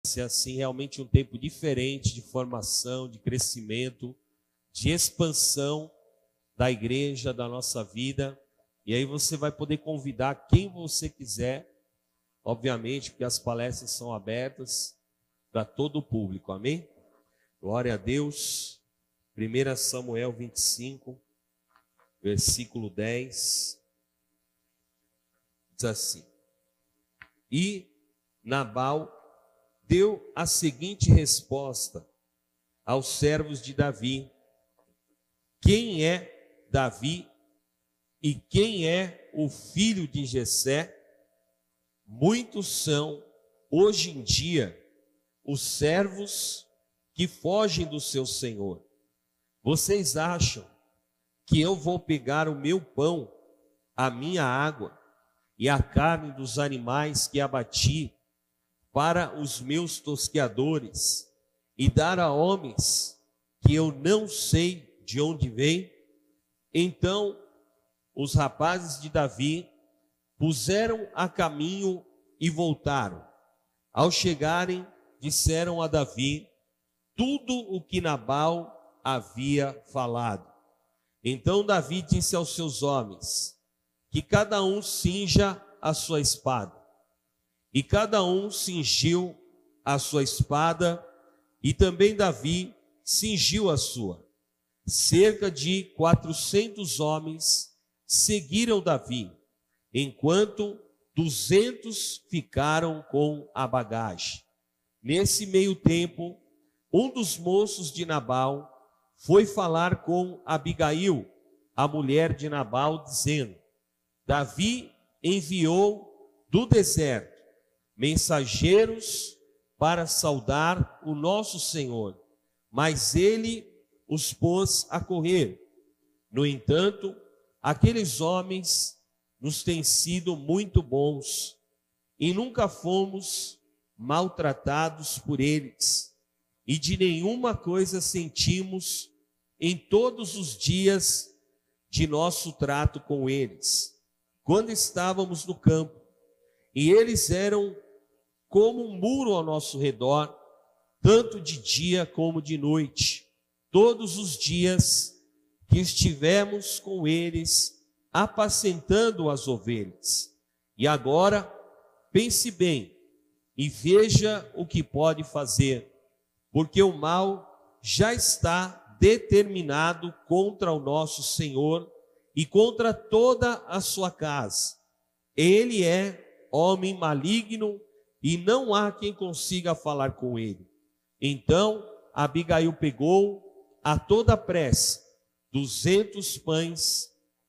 ser assim realmente um tempo diferente de formação, de crescimento, de expansão da igreja, da nossa vida. E aí você vai poder convidar quem você quiser, obviamente, porque as palestras são abertas para todo o público, amém? Glória a Deus. 1 Samuel 25, versículo 10, diz assim: E Nabal deu a seguinte resposta aos servos de Davi: Quem é Davi e quem é o filho de Jessé? Muitos são, hoje em dia, os servos que fogem do seu senhor. Vocês acham que eu vou pegar o meu pão, a minha água e a carne dos animais que abati para os meus tosqueadores e dar a homens que eu não sei de onde vêm? Então os rapazes de Davi puseram a caminho e voltaram. Ao chegarem, disseram a Davi tudo o que Nabal havia falado. Então Davi disse aos seus homens que cada um cinja a sua espada. E cada um cingiu a sua espada, e também Davi cingiu a sua. Cerca de 400 homens seguiram Davi, enquanto 200 ficaram com a bagagem. Nesse meio tempo, um dos moços de Nabal foi falar com Abigail, a mulher de Nabal, dizendo: Davi enviou do deserto mensageiros para saudar o nosso Senhor, mas ele os pôs a correr. No entanto, aqueles homens nos têm sido muito bons e nunca fomos maltratados por eles, e de nenhuma coisa sentimos em todos os dias de nosso trato com eles, quando estávamos no campo, e eles eram como um muro ao nosso redor, tanto de dia como de noite, todos os dias que estivemos com eles, apacentando as ovelhas. E agora, pense bem e veja o que pode fazer, porque o mal já está determinado contra o nosso Senhor e contra toda a sua casa. Ele é homem maligno e não há quem consiga falar com ele. Então Abigail pegou a toda pressa 200 pães,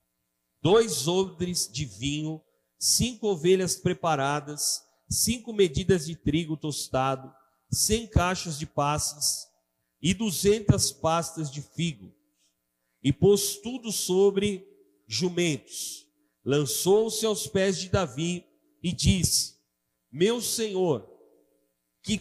2 odres de vinho, 5 ovelhas preparadas, 5 medidas de trigo tostado, 100 cachos de passas e 200 pastas de figo, e pôs tudo sobre jumentos. Lançou-se aos pés de Davi e disse: Meu senhor, que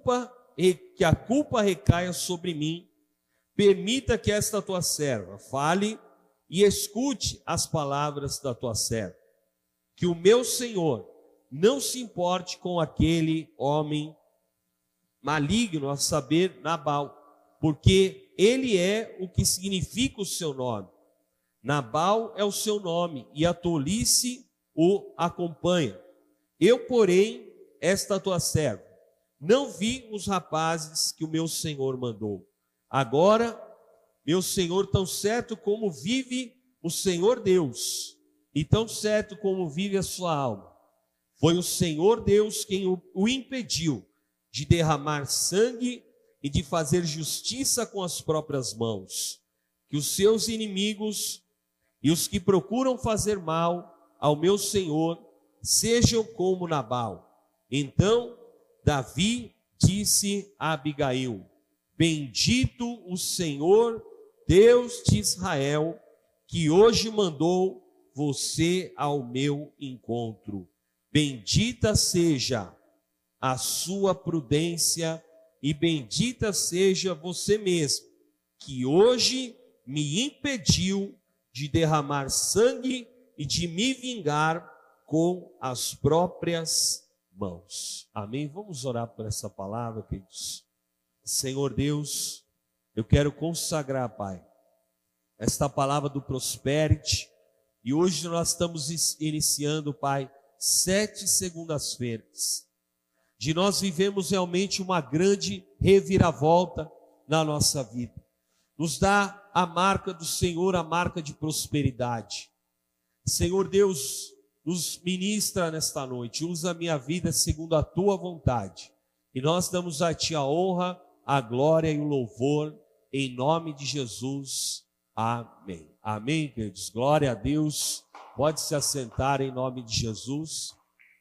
a culpa recaia sobre mim. Permita que esta tua serva fale e escute as palavras da tua serva. Que o meu senhor não se importe com aquele homem maligno, a saber, Nabal, porque ele é o que significa o seu nome. Nabal é o seu nome e a tolice o acompanha. Eu, porém, esta tua serva, não vi os rapazes que o meu senhor mandou. Agora, meu senhor, tão certo como vive o Senhor Deus, e tão certo como vive a sua alma, foi o Senhor Deus quem o impediu de derramar sangue e de fazer justiça com as próprias mãos. Que os seus inimigos e os que procuram fazer mal ao meu senhor sejam como Nabal. Então Davi disse a Abigail: Bendito o Senhor, Deus de Israel, que hoje mandou você ao meu encontro. Bendita seja a sua prudência e bendita seja você mesmo, que hoje me impediu de derramar sangue e de me vingar com as próprias mãos. Amém? Vamos orar por essa palavra, queridos. Senhor Deus, eu quero consagrar, Pai, esta palavra do Prosperity, e hoje nós estamos iniciando, Pai, 7 segundas-feiras, de nós vivemos realmente uma grande reviravolta na nossa vida. Nos dá a marca do Senhor, a marca de prosperidade. Senhor Deus, nos ministra nesta noite, usa a minha vida segundo a Tua vontade. E nós damos a Ti a honra, a glória e o louvor, em nome de Jesus. Amém. Amém, queridos. Glória a Deus. Pode se assentar em nome de Jesus.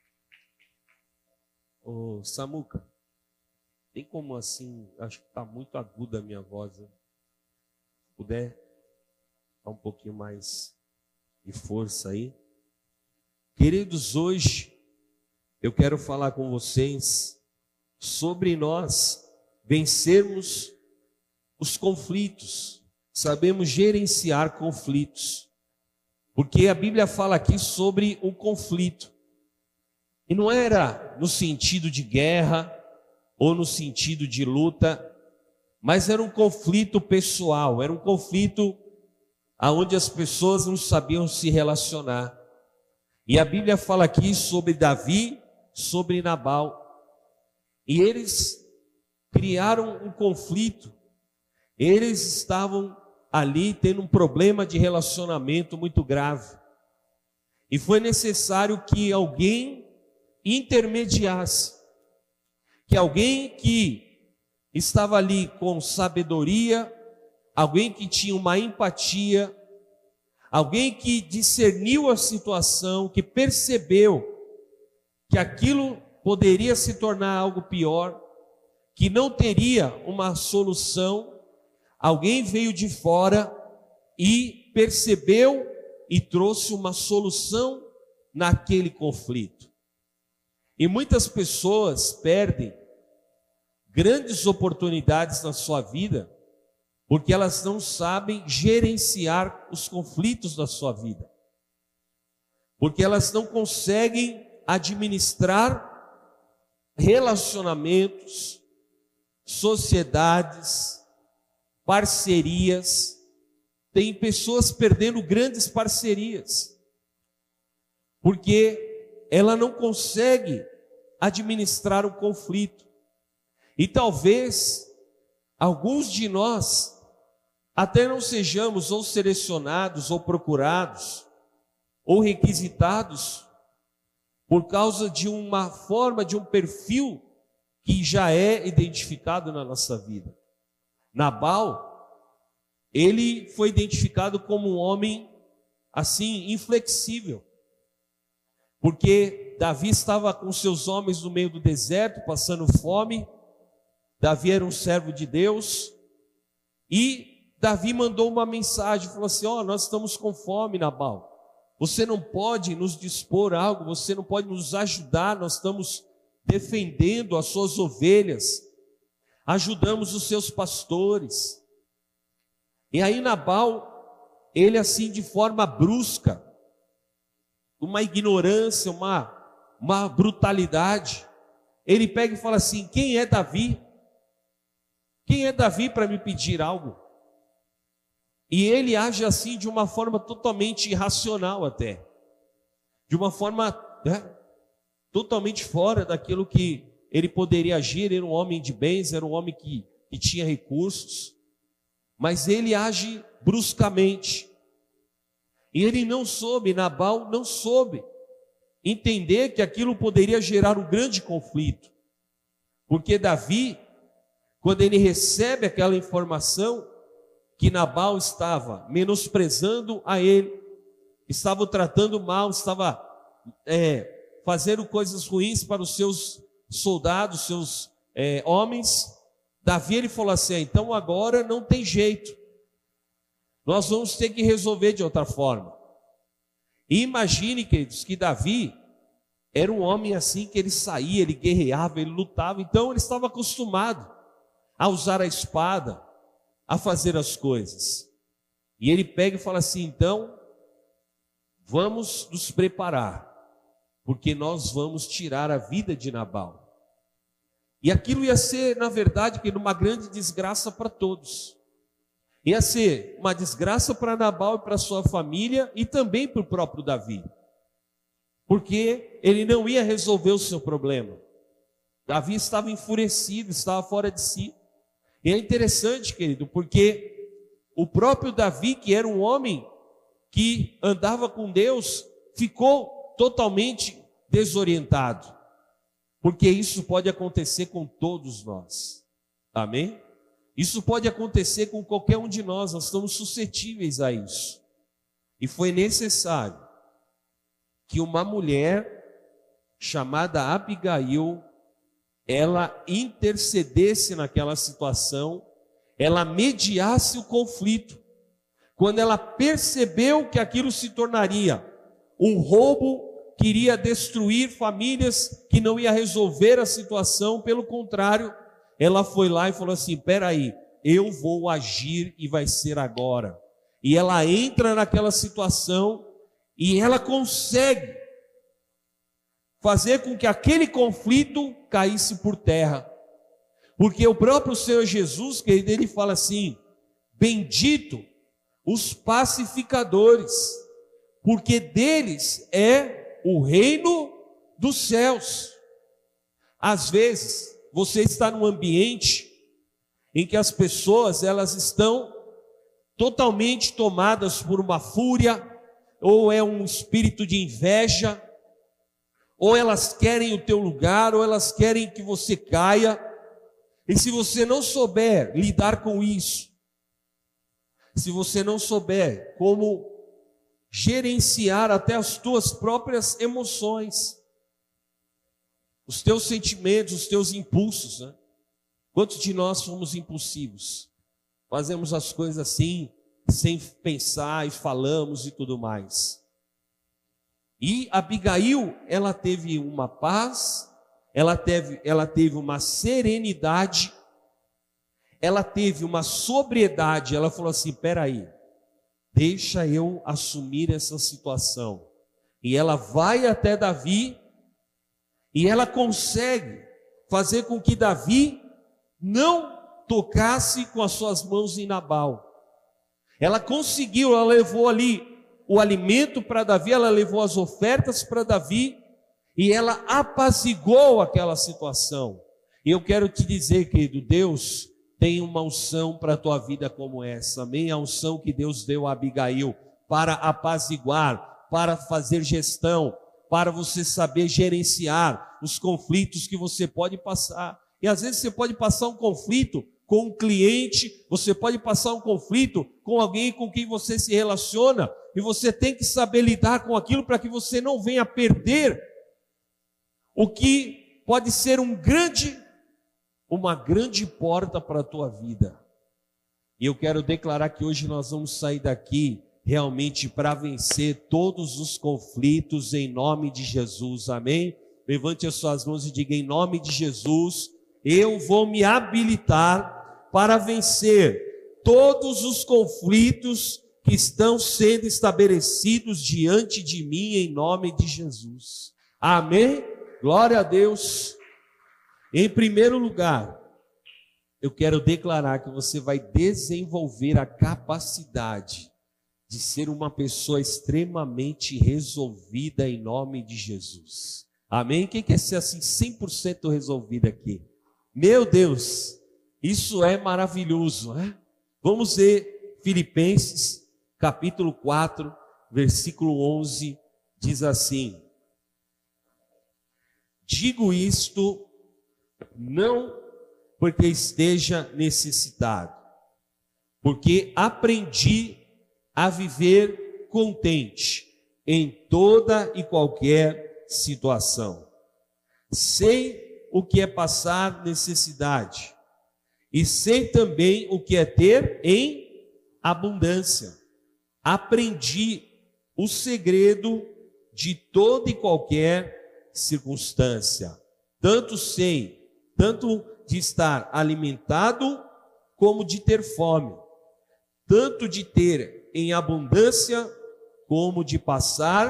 Ô, Samuca, tem como assim, acho que está muito aguda a minha voz, né? Se puder, dar um pouquinho mais de força aí. Queridos, hoje eu quero falar com vocês sobre nós vencermos os conflitos, sabemos gerenciar conflitos, porque a Bíblia fala aqui sobre o conflito, e não era no sentido de guerra ou no sentido de luta, mas era um conflito pessoal, era um conflito onde as pessoas não sabiam se relacionar. E a Bíblia fala aqui sobre Davi, sobre Nabal. E eles criaram um conflito. Eles estavam ali tendo um problema de relacionamento muito grave. E foi necessário que alguém intermediasse. Que alguém que estava ali com sabedoria, alguém que tinha uma empatia, alguém que discerniu a situação, que percebeu que aquilo poderia se tornar algo pior, que não teria uma solução, alguém veio de fora e percebeu e trouxe uma solução naquele conflito. E muitas pessoas perdem grandes oportunidades na sua vida porque elas não sabem gerenciar os conflitos da sua vida, porque elas não conseguem administrar relacionamentos, sociedades, parcerias. Tem pessoas perdendo grandes parcerias, porque ela não consegue administrar o conflito. E talvez alguns de nós até não sejamos ou selecionados, ou procurados, ou requisitados, por causa de uma forma, de um perfil que já é identificado na nossa vida. Nabal, ele foi identificado como um homem assim, inflexível, porque Davi estava com seus homens no meio do deserto, passando fome. Davi era um servo de Deus, e Davi mandou uma mensagem, falou assim: nós estamos com fome, Nabal, você não pode nos dispor algo, você não pode nos ajudar, nós estamos defendendo as suas ovelhas, ajudamos os seus pastores. E aí Nabal, ele assim de forma brusca, uma ignorância, uma brutalidade, ele pega e fala assim: quem é Davi? Quem é Davi para me pedir algo? E ele age assim de uma forma totalmente irracional até, de uma forma totalmente fora daquilo que ele poderia agir. Ele era um homem de bens, era um homem que tinha recursos, mas ele age bruscamente. E ele não soube, Nabal não soube entender que aquilo poderia gerar um grande conflito, porque Davi, quando ele recebe aquela informação que Nabal estava menosprezando a ele, estava o tratando mal, estava fazendo coisas ruins para os seus soldados, seus homens, Davi, ele falou assim: então agora não tem jeito, nós vamos ter que resolver de outra forma. E imagine, queridos, que Davi era um homem assim, que ele saía, ele guerreava, ele lutava, então ele estava acostumado a usar a espada, a fazer as coisas. E ele pega e fala assim: então, vamos nos preparar, porque nós vamos tirar a vida de Nabal. E aquilo ia ser, na verdade, uma grande desgraça para todos. Ia ser uma desgraça para Nabal e para sua família e também para o próprio Davi. Porque ele não ia resolver o seu problema. Davi estava enfurecido, estava fora de si. E é interessante, querido, porque o próprio Davi, que era um homem que andava com Deus, ficou totalmente desorientado. Porque isso pode acontecer com todos nós. Amém? Isso pode acontecer com qualquer um de nós, nós estamos suscetíveis a isso. E foi necessário que uma mulher chamada Abigail, ela intercedesse naquela situação, ela mediasse o conflito. Quando ela percebeu que aquilo se tornaria um roubo, que iria destruir famílias, que não ia resolver a situação, pelo contrário, ela foi lá e falou assim: peraí, eu vou agir e vai ser agora. E ela entra naquela situação e ela consegue fazer com que aquele conflito caísse por terra. Porque o próprio Senhor Jesus, querido, ele fala assim: bendito os pacificadores, porque deles é o reino dos céus. Às vezes, você está num ambiente em que as pessoas, elas estão totalmente tomadas por uma fúria, ou é um espírito de inveja, ou elas querem o teu lugar, ou elas querem que você caia. E se você não souber lidar com isso, se você não souber como gerenciar até as tuas próprias emoções, os teus sentimentos, os teus impulsos, né? Quantos de nós somos impulsivos? Fazemos as coisas assim, sem pensar, e falamos e tudo mais. E Abigail, ela teve uma paz, ela teve uma serenidade, ela teve uma sobriedade. Ela falou assim: peraí, deixa eu assumir essa situação. E ela vai até Davi, e ela consegue fazer com que Davi não tocasse com as suas mãos em Nabal. Ela conseguiu, ela levou ali o alimento para Davi, ela levou as ofertas para Davi, e ela apaziguou aquela situação. E eu quero te dizer, querido, Deus tem uma unção para a tua vida como essa, amém? A unção que Deus deu a Abigail para apaziguar, para fazer gestão, para você saber gerenciar os conflitos que você pode passar. E às vezes você pode passar um conflito com um cliente, você pode passar um conflito com alguém com quem você se relaciona, e você tem que saber lidar com aquilo para que você não venha perder o que pode ser uma grande porta para a tua vida. E eu quero declarar que hoje nós vamos sair daqui realmente para vencer todos os conflitos em nome de Jesus, amém? Levante as suas mãos e diga: em nome de Jesus, eu vou me habilitar para vencer todos os conflitos que estão sendo estabelecidos diante de mim, em nome de Jesus, amém? Glória a Deus. Em primeiro lugar, eu quero declarar que você vai desenvolver a capacidade de ser uma pessoa extremamente resolvida em nome de Jesus. Amém? Quem quer ser assim 100% resolvido aqui? Meu Deus, isso é maravilhoso, né? Vamos ver Filipenses capítulo 4, versículo 11, diz assim: digo isto não porque esteja necessitado, porque aprendi a viver contente em toda e qualquer situação. Sei o que é passar necessidade, e sei também o que é ter em abundância. Aprendi o segredo de toda e qualquer circunstância. Tanto de estar alimentado, como de ter fome. Tanto de ter em abundância, como de passar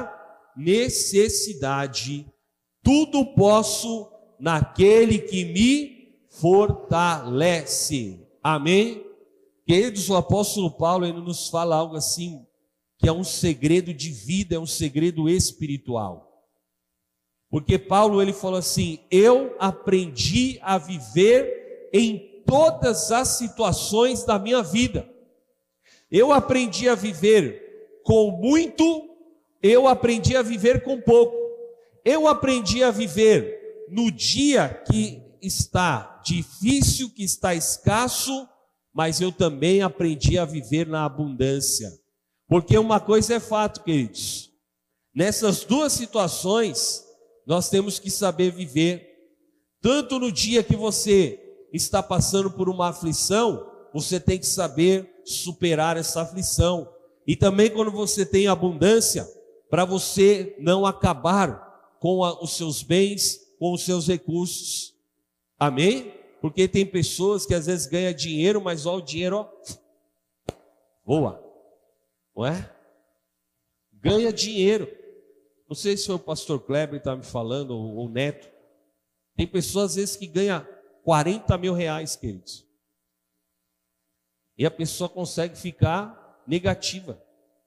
necessidade, tudo posso naquele que me fortalece. Amém? Queridos, o apóstolo Paulo ele nos fala algo assim, que é um segredo de vida, é um segredo espiritual. Porque Paulo ele falou assim: eu aprendi a viver em todas as situações da minha vida. Eu aprendi a viver com muito, eu aprendi a viver com pouco. Eu aprendi a viver no dia que está difícil, que está escasso, mas eu também aprendi a viver na abundância. Porque uma coisa é fato, queridos, nessas duas situações, nós temos que saber viver. Tanto no dia que você está passando por uma aflição, você tem que saber superar essa aflição. E também quando você tem abundância, para você não acabar com os seus bens, com os seus recursos. Amém? Porque tem pessoas que às vezes ganham dinheiro, mas ó, o dinheiro voa. Não é? Ganha dinheiro. Não sei se foi o pastor Kleber que estava me falando, ou o Neto. Tem pessoas às vezes que ganham 40 mil reais, queridos. E a pessoa consegue ficar negativa.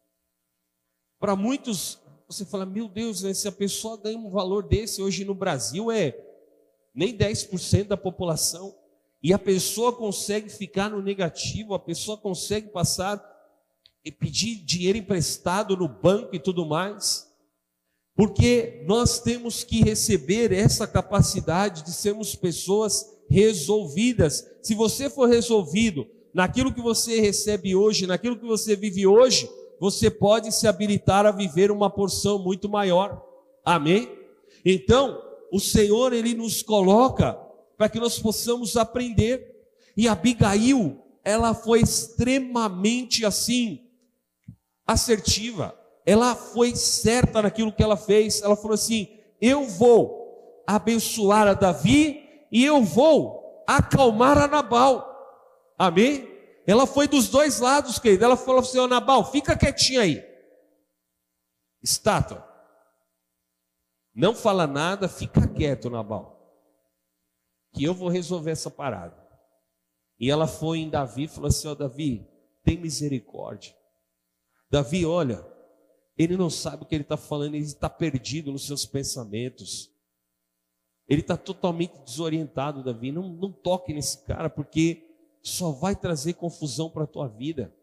Para muitos, você fala, meu Deus, né, se a pessoa ganha um valor desse, hoje no Brasil é nem 10% da população. E a pessoa consegue ficar no negativo, a pessoa consegue passar e pedir dinheiro emprestado no banco e tudo mais. Porque nós temos que receber essa capacidade de sermos pessoas resolvidas. Se você for resolvido naquilo que você recebe hoje, naquilo que você vive hoje, você pode se habilitar a viver uma porção muito maior. Amém? Então, o Senhor, Ele nos coloca para que nós possamos aprender. E Abigail, ela foi extremamente assim, assertiva. Ela foi certa naquilo que ela fez. Ela falou assim: eu vou abençoar a Davi e eu vou acalmar a Nabal. Amém? Ela foi dos dois lados, querido. Ela falou assim: ô Nabal, fica quietinho aí. Estátua. Não fala nada, fica quieto, Nabal, que eu vou resolver essa parada. E ela foi em Davi e falou assim: ó Davi, tem misericórdia. Davi, olha, ele não sabe o que ele está falando, ele está perdido nos seus pensamentos. Ele está totalmente desorientado, Davi. Não toque nesse cara, porque só vai trazer confusão para a tua vida.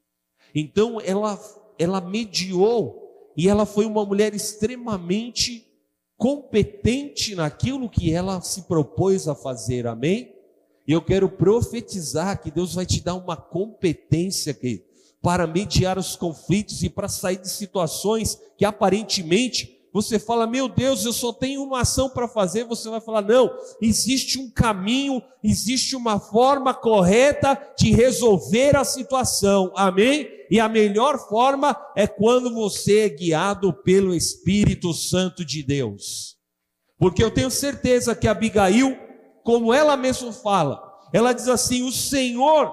Então ela mediou, e ela foi uma mulher extremamente competente naquilo que ela se propôs a fazer, amém? E eu quero profetizar que Deus vai te dar uma competência aqui para mediar os conflitos e para sair de situações que aparentemente você fala: meu Deus, eu só tenho uma ação para fazer. Você vai falar: não, existe um caminho, existe uma forma correta de resolver a situação, amém? E a melhor forma é quando você é guiado pelo Espírito Santo de Deus. Porque eu tenho certeza que Abigail, como ela mesma fala, ela diz assim: o Senhor,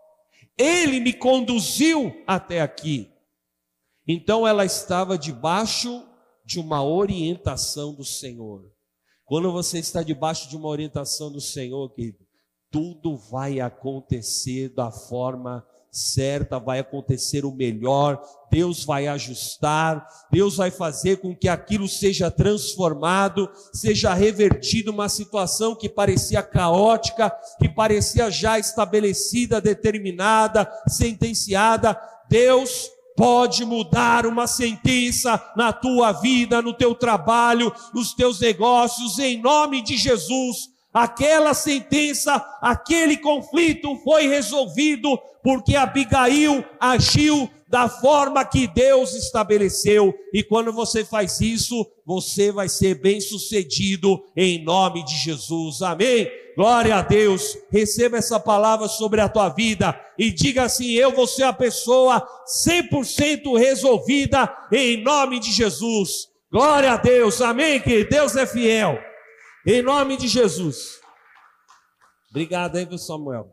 Ele me conduziu até aqui. Então ela estava debaixo de uma orientação do Senhor. Quando você está debaixo de uma orientação do Senhor, querido, tudo vai acontecer da forma certa, vai acontecer o melhor. Deus vai ajustar, Deus vai fazer com que aquilo seja transformado, seja revertido. Uma situação que parecia caótica, que parecia já estabelecida, determinada, sentenciada, Deus pode mudar uma sentença na tua vida, no teu trabalho, nos teus negócios, em nome de Jesus. Aquela sentença, aquele conflito foi resolvido porque Abigail agiu da forma que Deus estabeleceu. E quando você faz isso, você vai ser bem-sucedido em nome de Jesus. Amém? Glória a Deus. Receba essa palavra sobre a tua vida e diga assim: eu vou ser a pessoa 100% resolvida em nome de Jesus. Glória a Deus. Amém? Que Deus é fiel. Em nome de Jesus. Obrigado aí, Samuel.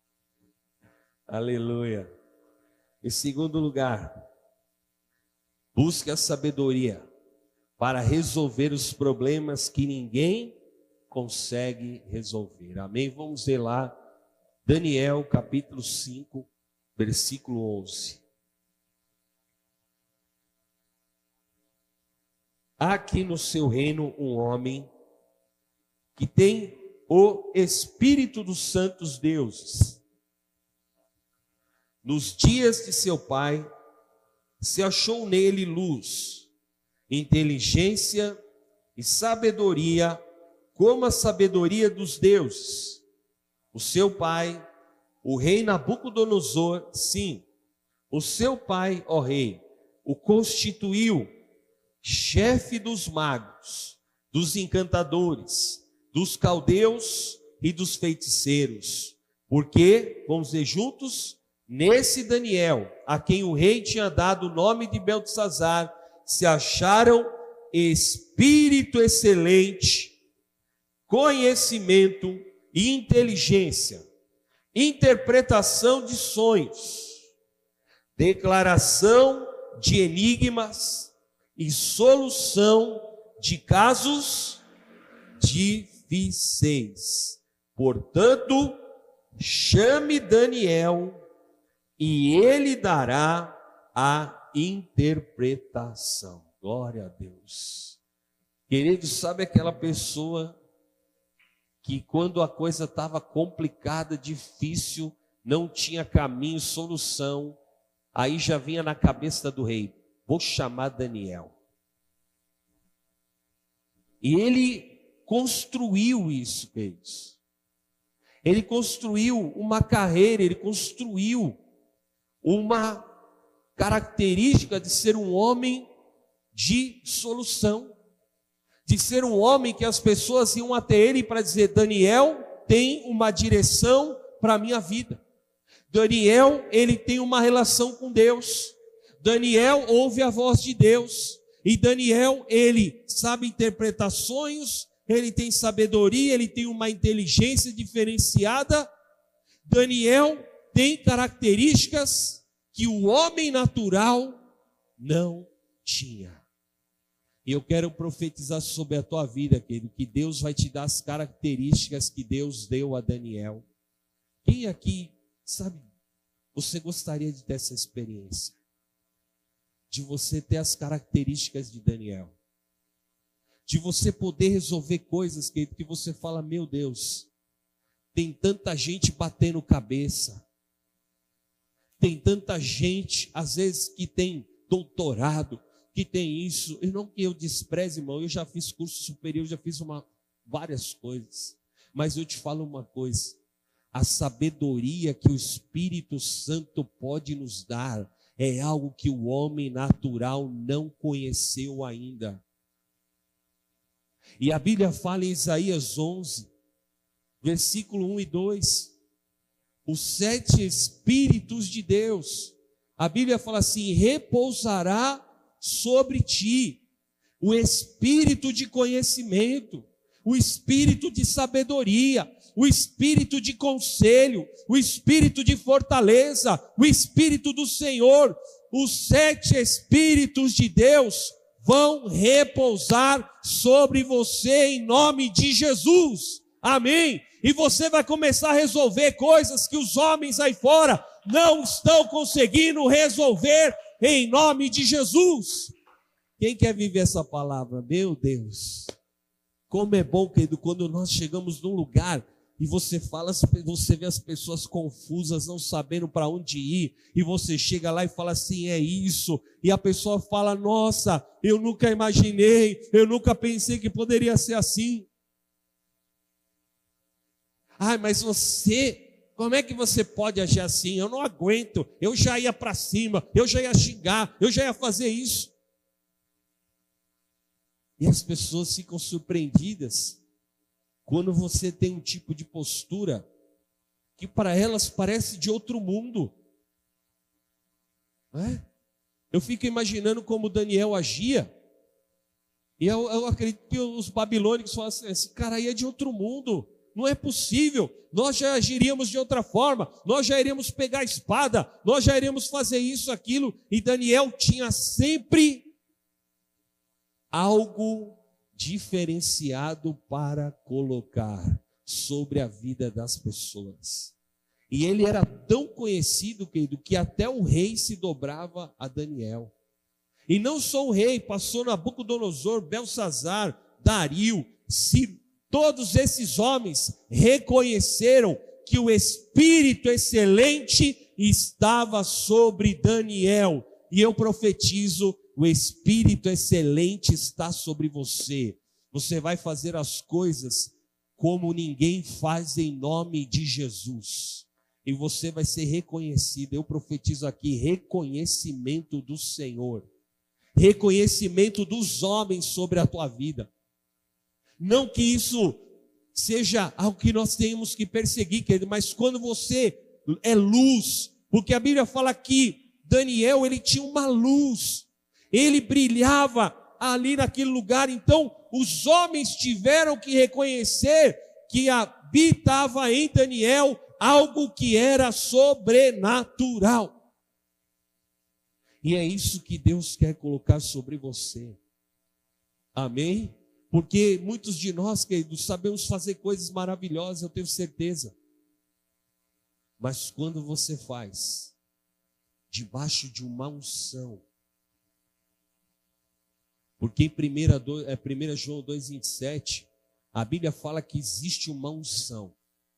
Aleluia. Em segundo lugar, Busque a sabedoria para resolver os problemas que ninguém consegue resolver. Amém? Vamos ver lá, Daniel capítulo 5, versículo 11. Há aqui no seu reino um homem que tem o Espírito dos santos deuses. Nos dias de seu pai, se achou nele luz, inteligência e sabedoria, como a sabedoria dos deuses. O seu pai, o rei Nabucodonosor, sim, o seu pai, ó rei, o constituiu chefe dos magos, dos encantadores, dos caldeus e dos feiticeiros. Porque, vamos ver juntos, nesse Daniel, a quem o rei tinha dado o nome de Beltesazar, se acharam espírito excelente, conhecimento e inteligência, interpretação de sonhos, declaração de enigmas e solução de casos difíceis. Portanto, chame Daniel e ele dará a interpretação. Glória a Deus. Querido, sabe aquela pessoa que quando a coisa estava complicada, difícil, não tinha caminho, solução, aí já vinha na cabeça do rei: vou chamar Daniel. E ele construiu isso, queridos. Ele construiu uma carreira, ele construiu uma característica de ser um homem de solução, de ser um homem que as pessoas iam até ele para dizer: Daniel tem uma direção para a minha vida. Daniel, ele tem uma relação com Deus. Daniel ouve a voz de Deus. E Daniel, ele sabe interpretar sonhos, ele tem sabedoria, ele tem uma inteligência diferenciada. Daniel tem características que o homem natural não tinha. E eu quero profetizar sobre a tua vida, querido, que Deus vai te dar as características que Deus deu a Daniel. Quem aqui, sabe, você gostaria de ter essa experiência? De você ter as características de Daniel. De você poder resolver coisas, querido, que você fala: meu Deus, tem tanta gente batendo cabeça. Tem tanta gente, às vezes, que tem doutorado, que tem isso. E não que eu despreze, irmão, eu já fiz curso superior, já fiz várias coisas. Mas eu te falo uma coisa: a sabedoria que o Espírito Santo pode nos dar é algo que o homem natural não conheceu ainda. E a Bíblia fala em Isaías 11, versículo 1 e 2, os 7 Espíritos de Deus. A Bíblia fala assim: repousará sobre ti o espírito de conhecimento, o espírito de sabedoria, o espírito de conselho, o espírito de fortaleza, o espírito do Senhor. Os 7 Espíritos de Deus vão repousar sobre você em nome de Jesus. Amém? E você vai começar a resolver coisas que os homens aí fora não estão conseguindo resolver em nome de Jesus. Quem quer viver essa palavra? Meu Deus, como é bom, querido, quando nós chegamos num lugar e você fala, você vê as pessoas confusas, não sabendo para onde ir, e você chega lá e fala assim: é isso, e a pessoa fala: nossa, eu nunca imaginei, eu nunca pensei que poderia ser assim. Ai, mas você, como é que você pode agir assim? Eu não aguento, eu já ia para cima, eu já ia xingar, eu já ia fazer isso. E as pessoas ficam surpreendidas quando você tem um tipo de postura que para elas parece de outro mundo. Não é? Eu fico imaginando como Daniel agia, e eu acredito que os babilônicos falam assim: esse cara aí é de outro mundo, não é possível, nós já agiríamos de outra forma, nós já iríamos pegar a espada, nós já iríamos fazer isso, aquilo. E Daniel tinha sempre algo diferenciado para colocar sobre a vida das pessoas. E ele era tão conhecido, querido, que até o rei se dobrava a Daniel. E não só o rei, passou Nabucodonosor, Belsazar, Dario, Ciro, todos esses homens reconheceram que o Espírito excelente estava sobre Daniel. E eu profetizo, o Espírito excelente está sobre você. Você vai fazer as coisas como ninguém faz em nome de Jesus. E você vai ser reconhecido. Eu profetizo aqui reconhecimento do Senhor. Reconhecimento dos homens sobre a tua vida. Não que isso seja algo que nós temos que perseguir, querido, mas quando você é luz, porque a Bíblia fala que Daniel, ele tinha uma luz, ele brilhava ali naquele lugar, então os homens tiveram que reconhecer que habitava em Daniel algo que era sobrenatural. E é isso que Deus quer colocar sobre você. Amém? Porque muitos de nós, queridos, sabemos fazer coisas maravilhosas, eu tenho certeza. Mas quando você faz debaixo de uma unção, porque em 1 João 2,27, a Bíblia fala que existe uma unção.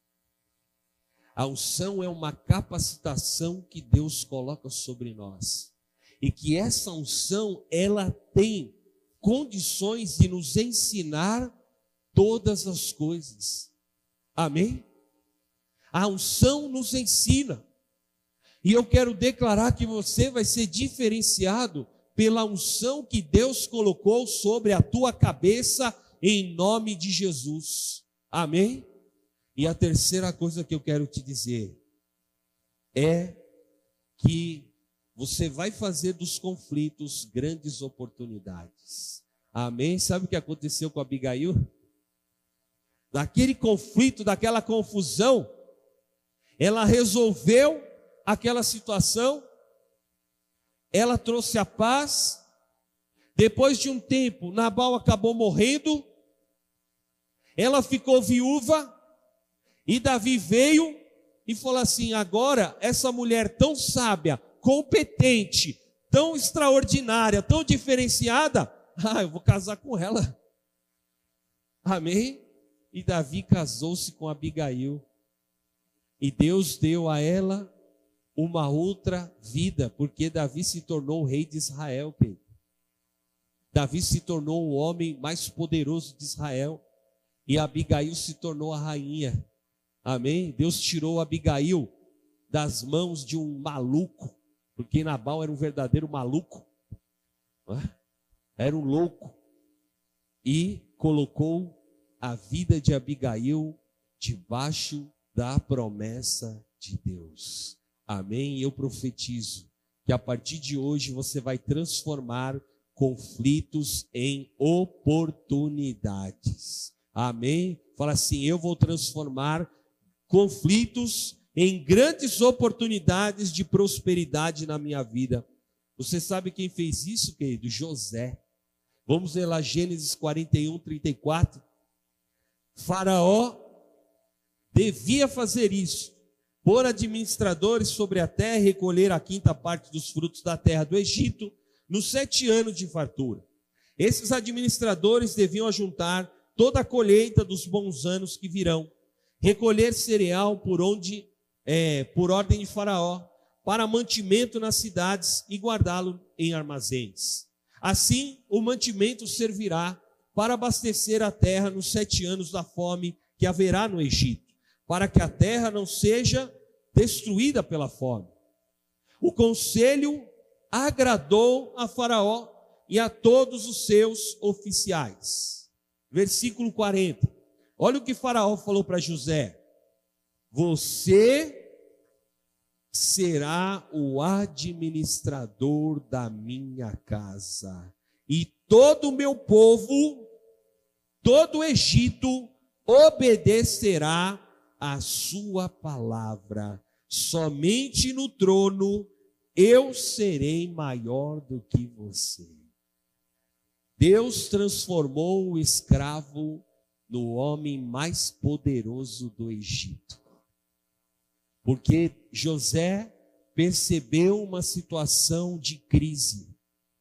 A unção é uma capacitação que Deus coloca sobre nós. E que essa unção, ela tem condições de nos ensinar todas as coisas. Amém? A unção nos ensina. E eu quero declarar que você vai ser diferenciado pela unção que Deus colocou sobre a tua cabeça em nome de Jesus. Amém? E a terceira coisa que eu quero te dizer é que você vai fazer dos conflitos grandes oportunidades. Amém? Sabe o que aconteceu com Abigail? Daquele conflito, daquela confusão, ela resolveu aquela situação, ela trouxe a paz. Depois de um tempo, Nabal acabou morrendo, ela ficou viúva, e Davi veio e falou assim: agora essa mulher tão sábia, competente, tão extraordinária, tão diferenciada, eu vou casar com ela. Amém? E Davi casou-se com Abigail. E Deus deu a ela uma outra vida, porque Davi se tornou o rei de Israel, querido. Davi se tornou o homem mais poderoso de Israel. E Abigail se tornou a rainha. Amém? Deus tirou Abigail das mãos de um maluco, porque Nabal era um verdadeiro maluco, era um louco, e colocou a vida de Abigail debaixo da promessa de Deus. Amém? E eu profetizo que a partir de hoje você vai transformar conflitos em oportunidades. Amém? Fala assim: eu vou transformar conflitos em grandes oportunidades de prosperidade na minha vida. Você sabe quem fez isso, querido? José. Vamos ler lá Gênesis 41:34. Faraó devia fazer isso, pôr administradores sobre a terra e recolher a quinta parte dos frutos da terra do Egito nos 7 anos de fartura. Esses administradores deviam ajuntar toda a colheita dos bons anos que virão, recolher cereal por ordem de Faraó, para mantimento nas cidades e guardá-lo em armazéns. Assim, o mantimento servirá para abastecer a terra nos 7 anos da fome que haverá no Egito, para que a terra não seja destruída pela fome. O conselho agradou a Faraó e a todos os seus oficiais. Versículo 40. Olha o que Faraó falou para José: você será o administrador da minha casa, e todo o meu povo, todo o Egito, obedecerá a sua palavra. Somente no trono eu serei maior do que você. Deus transformou o escravo no homem mais poderoso do Egito. Porque José percebeu uma situação de crise.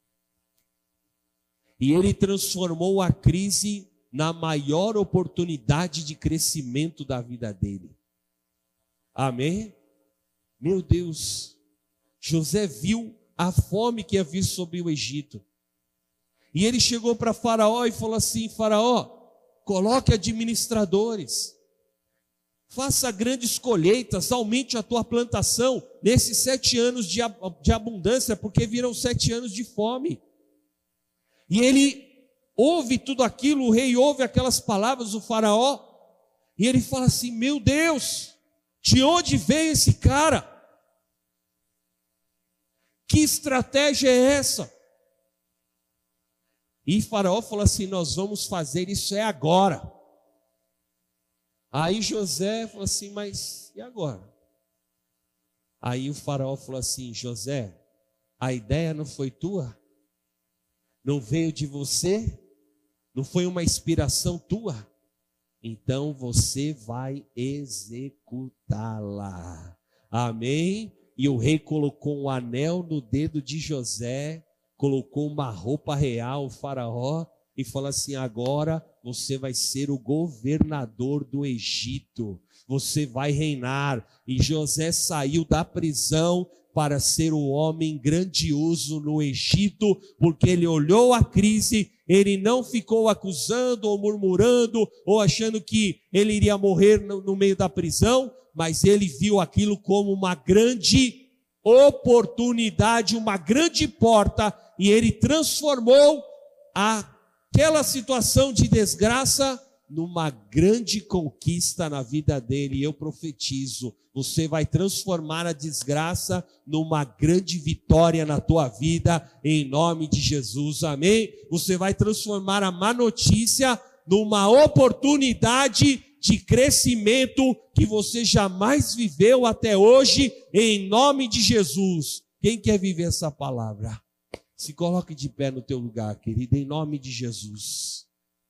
E ele transformou a crise na maior oportunidade de crescimento da vida dele. Amém? Meu Deus, José viu a fome que havia sobre o Egito. E ele chegou para Faraó e falou assim: Faraó, coloque administradores, faça grandes colheitas, aumente a tua plantação nesses 7 anos de abundância, porque virão 7 anos de fome. E ele ouve tudo aquilo, o rei ouve aquelas palavras do Faraó, e ele fala assim: meu Deus, de onde veio esse cara? Que estratégia é essa? E Faraó falou assim: nós vamos fazer isso agora. Aí José falou assim: mas e agora? Aí o Faraó falou assim: José, a ideia não foi tua? Não veio de você? Não foi uma inspiração tua? Então você vai executá-la. Amém? E o rei colocou um anel no dedo de José, colocou uma roupa real, o Faraó, e falou assim: agora você vai ser o governador do Egito, você vai reinar. E José saiu da prisão para ser o homem grandioso no Egito, porque ele olhou a crise, ele não ficou acusando ou murmurando, ou achando que ele iria morrer no meio da prisão, mas ele viu aquilo como uma grande oportunidade, uma grande porta, e ele transformou aquela situação de desgraça numa grande conquista na vida dele. E eu profetizo: você vai transformar a desgraça numa grande vitória na tua vida, em nome de Jesus, amém? Você vai transformar a má notícia numa oportunidade de crescimento que você jamais viveu até hoje, em nome de Jesus. Quem quer viver essa palavra? Se coloque de pé no teu lugar, querido, em nome de Jesus.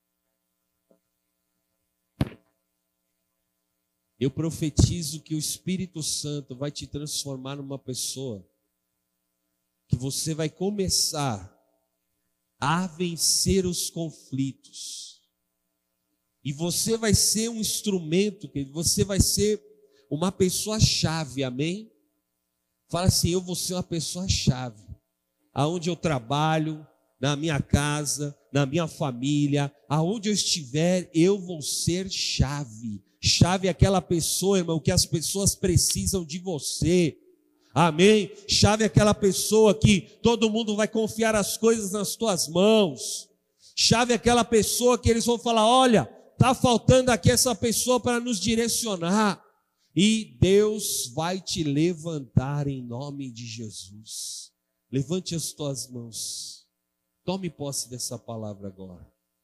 Eu profetizo que o Espírito Santo vai te transformar numa pessoa que você vai começar a vencer os conflitos. E você vai ser um instrumento, você vai ser uma pessoa-chave, amém? Fala assim: eu vou ser uma pessoa-chave. Aonde eu trabalho, na minha casa, na minha família, aonde eu estiver, eu vou ser chave. Chave é aquela pessoa, irmão, que as pessoas precisam de você. Amém? Chave é aquela pessoa que todo mundo vai confiar as coisas nas tuas mãos. Chave é aquela pessoa que eles vão falar: olha, está faltando aqui essa pessoa para nos direcionar. E Deus vai te levantar em nome de Jesus. Levante as tuas mãos. Tome posse dessa palavra agora.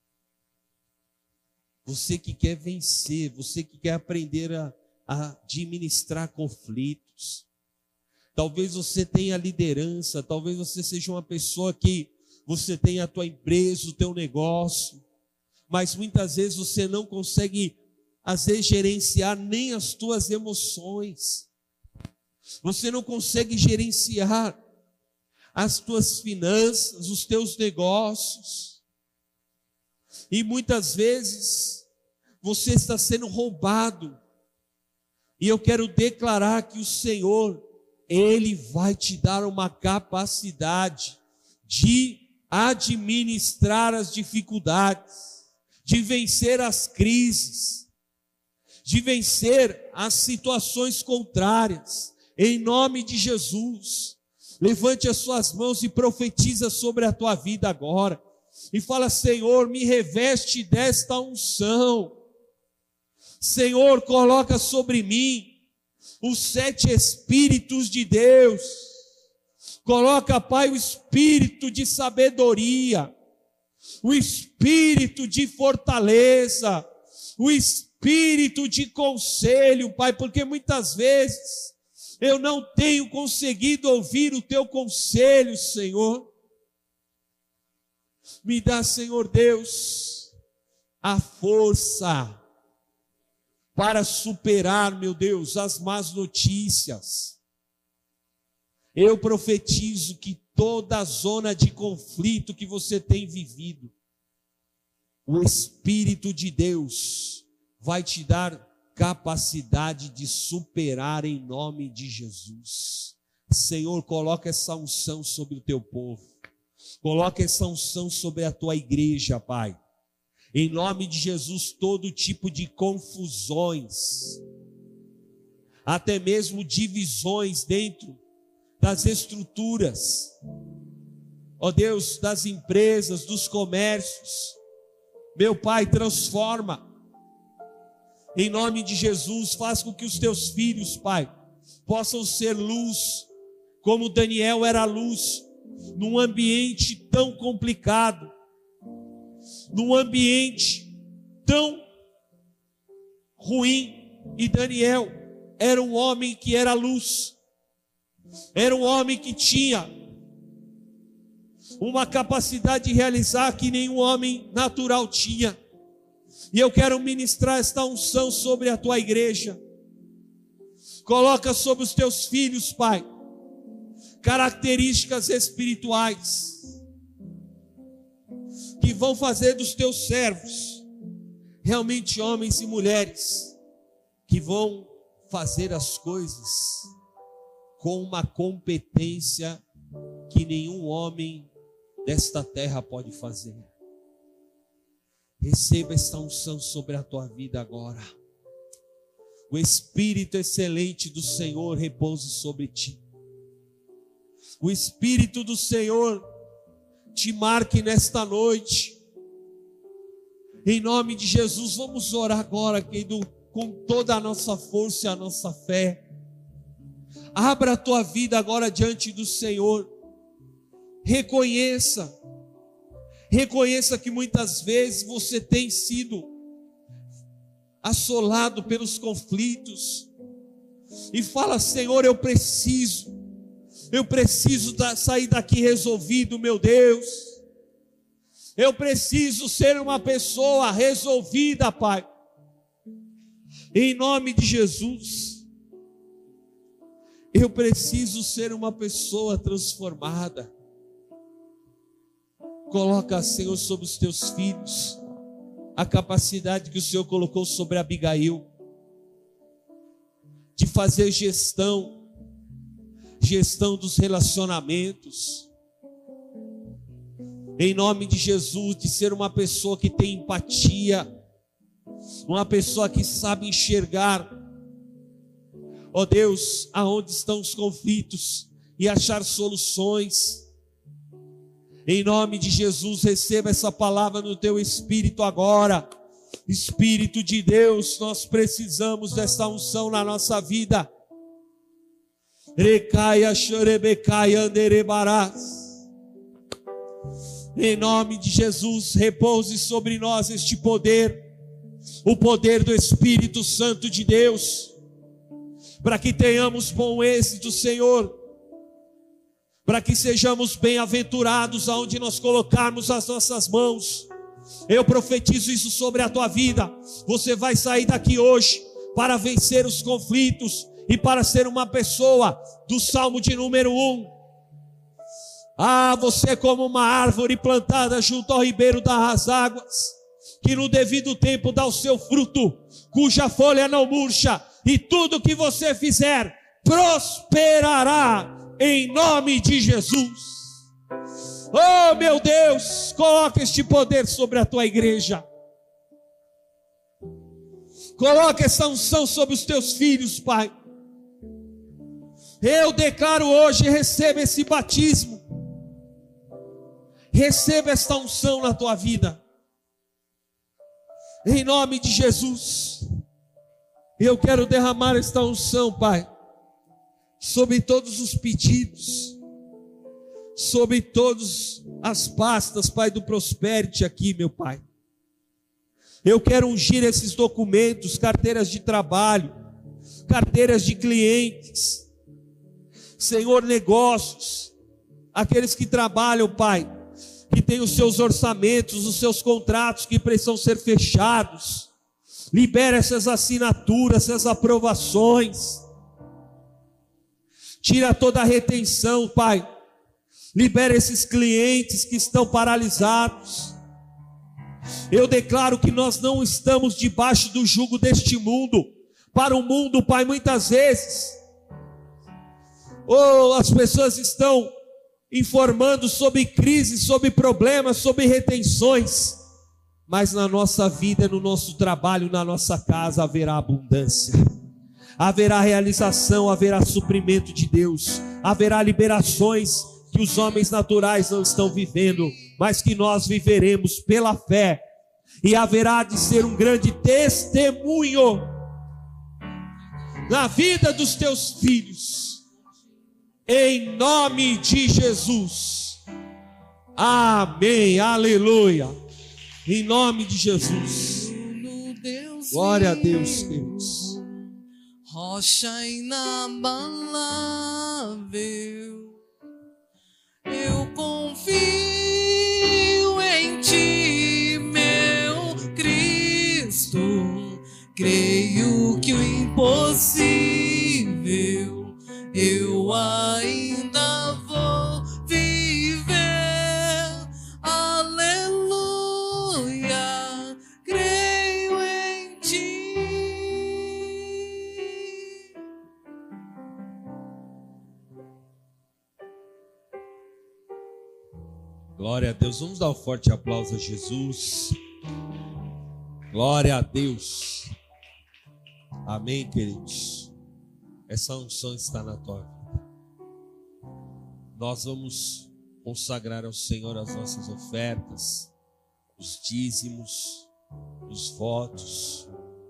Você que quer vencer, você que quer aprender a administrar conflitos. Talvez você tenha liderança, talvez você seja uma pessoa que você tem a tua empresa, o teu negócio, mas muitas vezes você não consegue, às vezes, gerenciar nem as tuas emoções. Você não consegue gerenciar as tuas finanças, os teus negócios. E muitas vezes você está sendo roubado. E eu quero declarar que o Senhor, Ele vai te dar uma capacidade de administrar as dificuldades, de vencer as crises, de vencer as situações contrárias, em nome de Jesus. Levante as suas mãos e profetiza sobre a tua vida agora. E fala: Senhor, me reveste desta unção. Senhor, coloca sobre mim os 7 Espíritos de Deus. Coloca, Pai, o Espírito de sabedoria, o Espírito de fortaleza, o Espírito de conselho, Pai, porque muitas vezes eu não tenho conseguido ouvir o teu conselho, Senhor. Me dá, Senhor Deus, a força para superar, meu Deus, as más notícias. Eu profetizo que toda a zona de conflito que você tem vivido, o Espírito de Deus vai te dar capacidade de superar em nome de Jesus. Senhor, coloca essa unção sobre o teu povo. Coloca essa unção sobre a tua igreja, Pai. Em nome de Jesus, todo tipo de confusões, até mesmo divisões dentro das estruturas, ó Deus, das empresas, dos comércios, meu Pai, transforma, em nome de Jesus, faz com que os teus filhos, Pai, possam ser luz, como Daniel era luz, num ambiente tão complicado, num ambiente tão ruim, e Daniel era um homem que era luz, era um homem que tinha uma capacidade de realizar que nenhum homem natural tinha. E eu quero ministrar esta unção sobre a tua igreja. Coloca sobre os teus filhos, Pai, características espirituais que vão fazer dos teus servos realmente homens e mulheres que vão fazer as coisas com uma competência que nenhum homem desta terra pode fazer. Receba esta unção sobre a tua vida agora. O Espírito excelente do Senhor repouse sobre ti. O Espírito do Senhor te marque nesta noite. Em nome de Jesus, vamos orar agora, querido, com toda a nossa força e a nossa fé. Abra a tua vida agora diante do Senhor. Reconheça que muitas vezes você tem sido assolado pelos conflitos. E fala: Senhor, eu preciso sair daqui resolvido, meu Deus. Eu preciso ser uma pessoa resolvida, Pai. Em nome de Jesus. Eu preciso ser uma pessoa transformada. Coloca, Senhor, sobre os teus filhos a capacidade que o Senhor colocou sobre Abigail de fazer gestão dos relacionamentos. Em nome de Jesus, de ser uma pessoa que tem empatia, uma pessoa que sabe enxergar, ó Deus, aonde estão os conflitos e achar soluções. Em nome de Jesus, receba essa palavra no teu espírito agora. Espírito de Deus, nós precisamos dessa unção na nossa vida. Recaia, chorebecaia, anderebarás. Em nome de Jesus, repouse sobre nós este poder, o poder do Espírito Santo de Deus, para que tenhamos bom êxito, Senhor, para que sejamos bem-aventurados aonde nós colocarmos as nossas mãos. Eu profetizo isso sobre a tua vida. Você vai sair daqui hoje para vencer os conflitos e para ser uma pessoa do Salmo de número 1. Você é como uma árvore plantada junto ao ribeiro das águas, que no devido tempo dá o seu fruto, cuja folha não murcha, e tudo que você fizer prosperará em nome de Jesus. Oh meu Deus, coloca este poder sobre a tua igreja. Coloca essa unção sobre os teus filhos, Pai. Eu declaro hoje, receba esse batismo. Receba esta unção na tua vida. Em nome de Jesus. Eu quero derramar esta unção, Pai, sobre todos os pedidos, sobre todas as pastas, Pai, do Prosperity aqui, meu Pai. Eu quero ungir esses documentos, carteiras de trabalho, carteiras de clientes, Senhor, negócios, aqueles que trabalham, Pai, que tem os seus orçamentos, os seus contratos que precisam ser fechados. Libera essas assinaturas, essas aprovações. Tira toda a retenção, Pai. Libera esses clientes que estão paralisados. Eu declaro que nós não estamos debaixo do jugo deste mundo. Para o mundo, Pai, muitas vezes, as pessoas estão informando sobre crises, sobre problemas, sobre retenções. Mas na nossa vida, no nosso trabalho, na nossa casa, haverá abundância. Haverá realização, haverá suprimento de Deus. Haverá liberações que os homens naturais não estão vivendo, mas que nós viveremos pela fé. E haverá de ser um grande testemunho na vida dos teus filhos. Em nome de Jesus. Amém. Aleluia. Em nome de Jesus. Glória a Deus, Deus. Rocha inabalável, eu confio em ti, meu Cristo. Creio que o impossível eu ainda vou viver. Aleluia, creio em ti. Glória a Deus. Vamos dar um forte aplauso a Jesus. Glória a Deus. Amém, queridos. Essa unção está na tua vida. Nós vamos consagrar ao Senhor as nossas ofertas, os dízimos, os votos.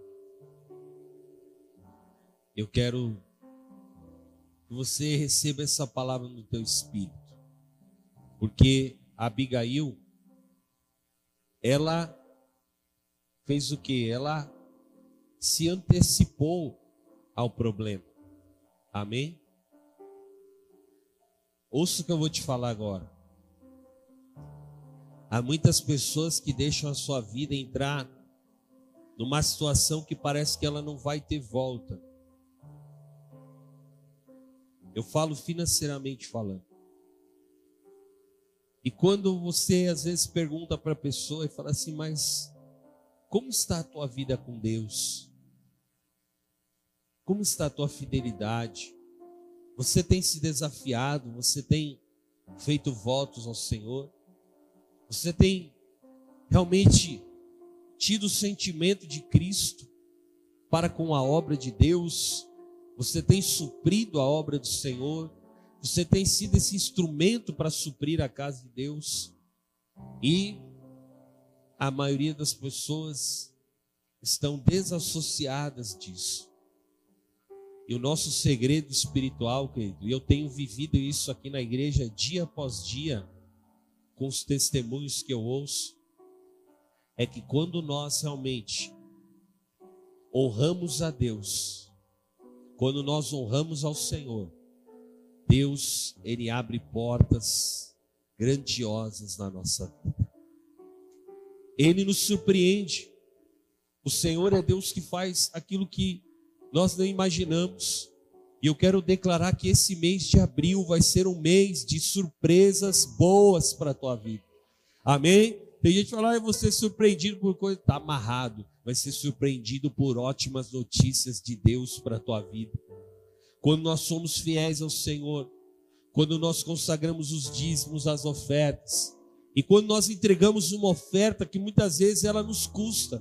Eu quero que você receba essa palavra no teu espírito, porque Abigail, ela fez o quê? Ela se antecipou ao problema. Amém? Ouça o que eu vou te falar agora. Há muitas pessoas que deixam a sua vida entrar numa situação que parece que ela não vai ter volta. Eu falo financeiramente falando. E quando você às vezes pergunta para a pessoa e fala assim, mas como está a tua vida com Deus? Como está a tua fidelidade? Você tem se desafiado? Você tem feito votos ao Senhor? Você tem realmente tido o sentimento de Cristo para com a obra de Deus? Você tem suprido a obra do Senhor? Você tem sido esse instrumento para suprir a casa de Deus? E a maioria das pessoas estão desassociadas disso. E o nosso segredo espiritual, querido, e eu tenho vivido isso aqui na igreja dia após dia, com os testemunhos que eu ouço, é que quando nós realmente honramos a Deus, quando nós honramos ao Senhor, Deus, Ele abre portas grandiosas na nossa vida. Ele nos surpreende. O Senhor é Deus que faz aquilo que nós não imaginamos. E eu quero declarar que esse mês de abril vai ser um mês de surpresas boas para a tua vida. Amém? Tem gente que fala, vou ser surpreendido por coisa. Está amarrado. Vai ser surpreendido por ótimas notícias de Deus para a tua vida. Quando nós somos fiéis ao Senhor, quando nós consagramos os dízimos, as ofertas, e quando nós entregamos uma oferta que muitas vezes ela nos custa,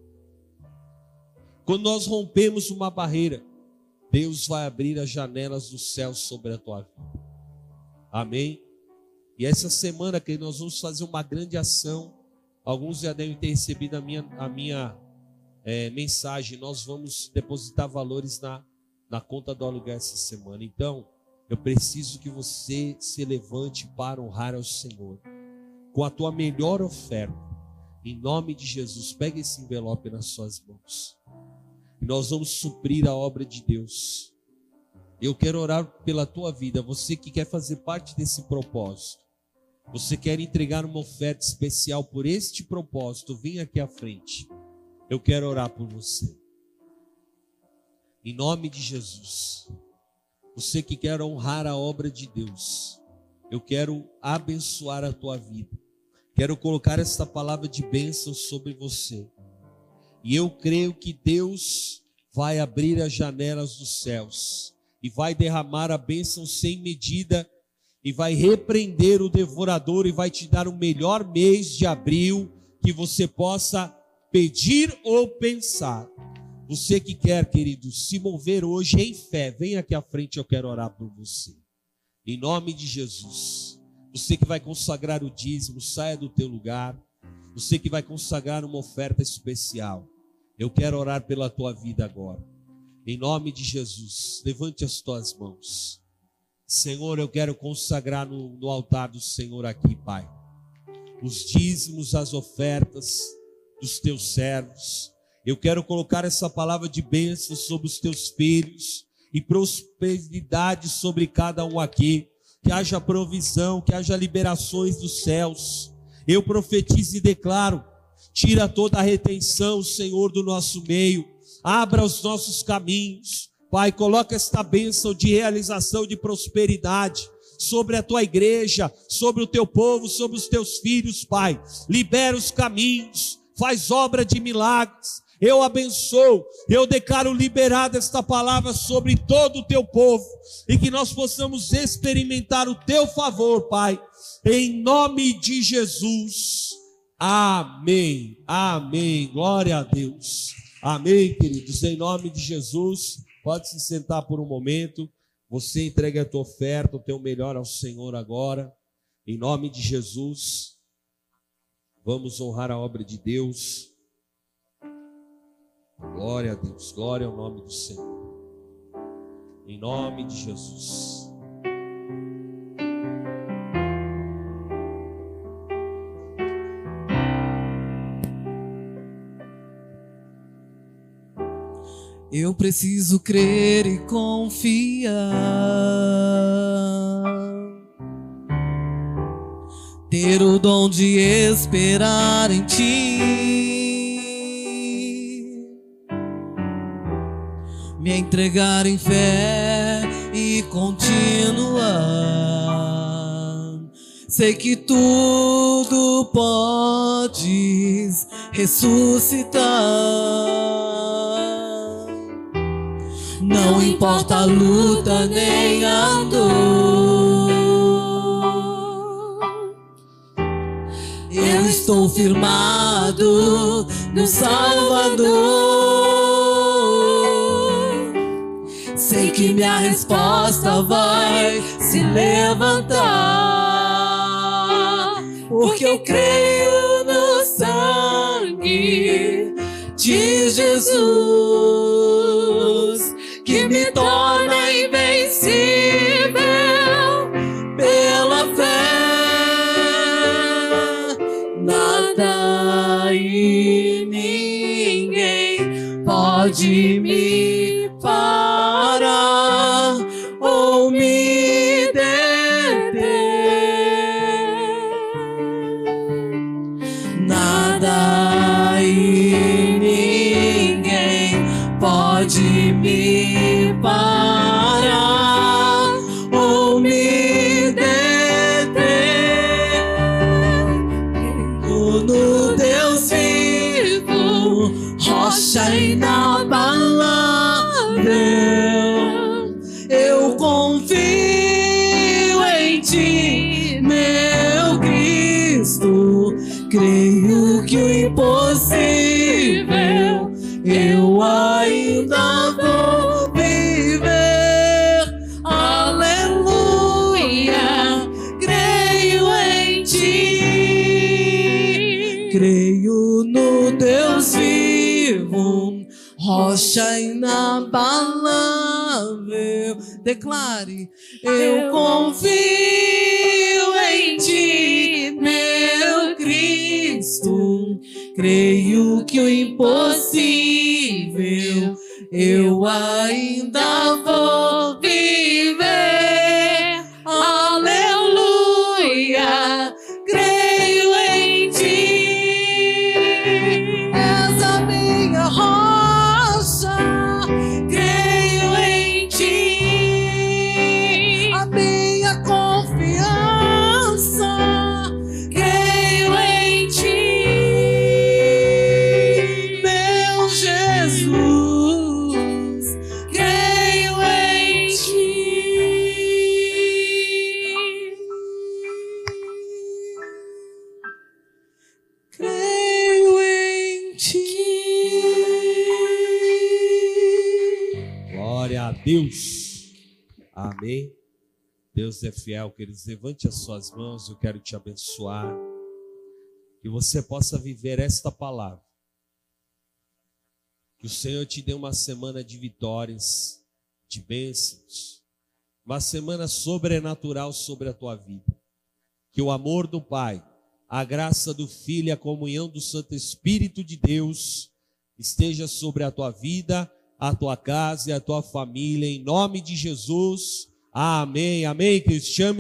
quando nós rompemos uma barreira, Deus vai abrir as janelas do céu sobre a tua vida. Amém? E essa semana que nós vamos fazer uma grande ação, alguns já devem ter recebido a minha mensagem, nós vamos depositar valores na conta do aluguel essa semana. Então, eu preciso que você se levante para honrar ao Senhor com a tua melhor oferta. Em nome de Jesus, pega esse envelope nas suas mãos. E nós vamos suprir a obra de Deus. Eu quero orar pela tua vida, você que quer fazer parte desse propósito. Você quer entregar uma oferta especial por este propósito? Vem aqui à frente. Eu quero orar por você. Em nome de Jesus. Você que quer honrar a obra de Deus, eu quero abençoar a tua vida. Quero colocar esta palavra de bênção sobre você. E eu creio que Deus vai abrir as janelas dos céus e vai derramar a bênção sem medida e vai repreender o devorador e vai te dar o melhor mês de abril que você possa pedir ou pensar. Você que quer, querido, se mover hoje em fé, vem aqui à frente, eu quero orar por você. Em nome de Jesus. Você que vai consagrar o dízimo, saia do teu lugar. Você que vai consagrar uma oferta especial, eu quero orar pela tua vida agora. Em nome de Jesus, levante as tuas mãos. Senhor, eu quero consagrar no altar do Senhor aqui, Pai, os dízimos, as ofertas dos teus servos. Eu quero colocar essa palavra de bênção sobre os teus filhos e prosperidade sobre cada um aqui. Que haja provisão, que haja liberações dos céus. Eu profetizo e declaro: tira toda a retenção, Senhor, do nosso meio. Abra os nossos caminhos. Pai, coloca esta bênção de realização, de prosperidade sobre a tua igreja, sobre o teu povo, sobre os teus filhos, Pai. Libera os caminhos, faz obra de milagres. Eu abençoo, eu declaro liberada esta palavra sobre todo o teu povo e que nós possamos experimentar o teu favor, Pai, em nome de Jesus. Amém, amém, glória a Deus. Amém, queridos, em nome de Jesus. Pode se sentar por um momento. Você entrega a tua oferta, o teu melhor ao Senhor agora. Em nome de Jesus. Vamos honrar a obra de Deus. Glória a Deus, glória ao nome do Senhor. Em nome de Jesus. Eu preciso crer e confiar, ter o dom de esperar em ti, me entregar em fé e continuar. Sei que tudo podes ressuscitar. Não importa a luta nem a dor, eu estou firmado no Salvador. Sei que minha resposta vai se levantar, porque eu creio no sangue de Jesus, que me torna invencível pela fé. Nada e ninguém pode me parar ou me deter. Nada e ninguém pode me parar ou me deter. No Deus vivo, rocha inabalável, eu confio em ti, meu Cristo. Creio que o impossível eu ainda vou viver. Aleluia, creio em ti. Creio no Deus vivo, rocha inabalável. Declare: eu confio em ti, meu Cristo. Creio que o impossível eu ainda vou viver. Aleluia, Glória a Deus. Amém. Deus é fiel, queridos. Levante as suas mãos, eu quero te abençoar. Que você possa viver esta palavra. Que o Senhor te dê uma semana de vitórias, de bênçãos. Uma semana sobrenatural sobre a tua vida. Que o amor do Pai, a graça do Filho e a comunhão do Santo Espírito de Deus esteja sobre a tua vida, a tua casa e a tua família, em nome de Jesus. Amém, amém. Que chame